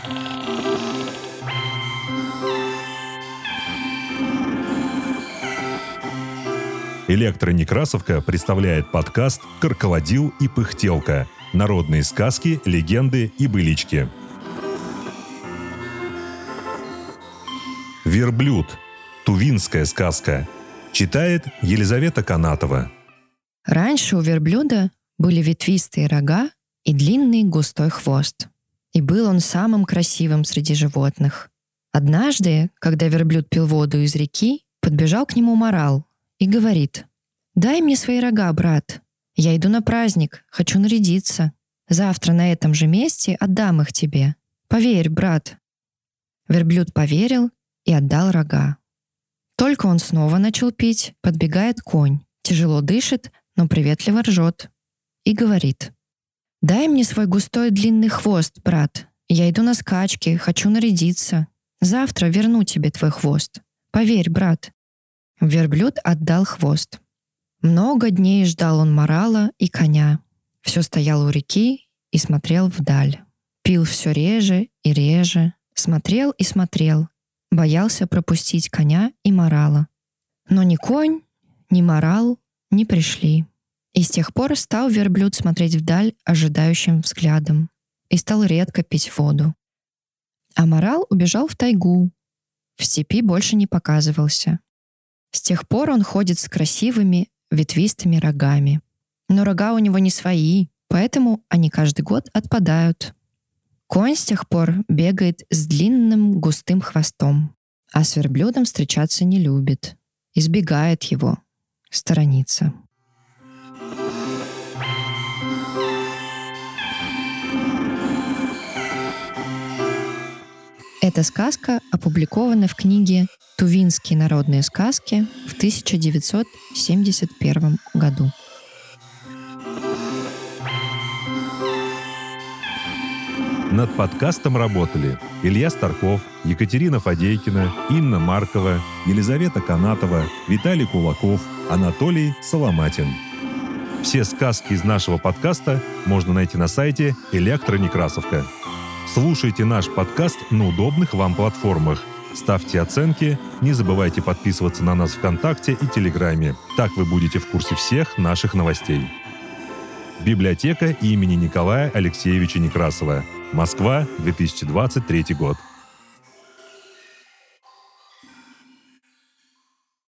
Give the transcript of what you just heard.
Электронекрасовка представляет подкаст «Крокодил и пыхтелка. Народные сказки, легенды и былички». Верблюд. Тувинская сказка. Читает Елизавета Канатова. Раньше у верблюда были ветвистые рога и длинный густой хвост. И был он самым красивым среди животных. Однажды, когда верблюд пил воду из реки, подбежал к нему морал и говорит: «Дай мне свои рога, брат. Я иду на праздник, хочу нарядиться. Завтра на этом же месте отдам их тебе. Поверь, брат». Верблюд поверил и отдал рога. Только он снова начал пить, подбегает конь, тяжело дышит, но приветливо ржет и говорит: «Дай мне свой густой длинный хвост, брат. Я иду на скачки, хочу нарядиться. Завтра верну тебе твой хвост. Поверь, брат». Верблюд отдал хвост. Много дней ждал он морала и коня. Все стоял у реки и смотрел вдаль. Пил все реже и реже, смотрел и смотрел. Боялся пропустить коня и морала. Но ни конь, ни морал не пришли. И с тех пор стал верблюд смотреть вдаль ожидающим взглядом и стал редко пить воду. А морал убежал в тайгу. В степи больше не показывался. С тех пор он ходит с красивыми ветвистыми рогами. Но рога у него не свои, поэтому они каждый год отпадают. Конь с тех пор бегает с длинным густым хвостом, а с верблюдом встречаться не любит, избегает его, сторонится. Эта сказка опубликована в книге «Тувинские народные сказки» в 1971 году. Над подкастом работали Илья Старков, Екатерина Фадейкина, Инна Маркова, Елизавета Канатова, Виталий Кулаков, Анатолий Соломатин. Все сказки из нашего подкаста можно найти на сайте «Электронекрасовка». Слушайте наш подкаст на удобных вам платформах. Ставьте оценки, не забывайте подписываться на нас ВКонтакте и Телеграме. Так вы будете в курсе всех наших новостей. Библиотека имени Николая Алексеевича Некрасова. Москва, 2023 год.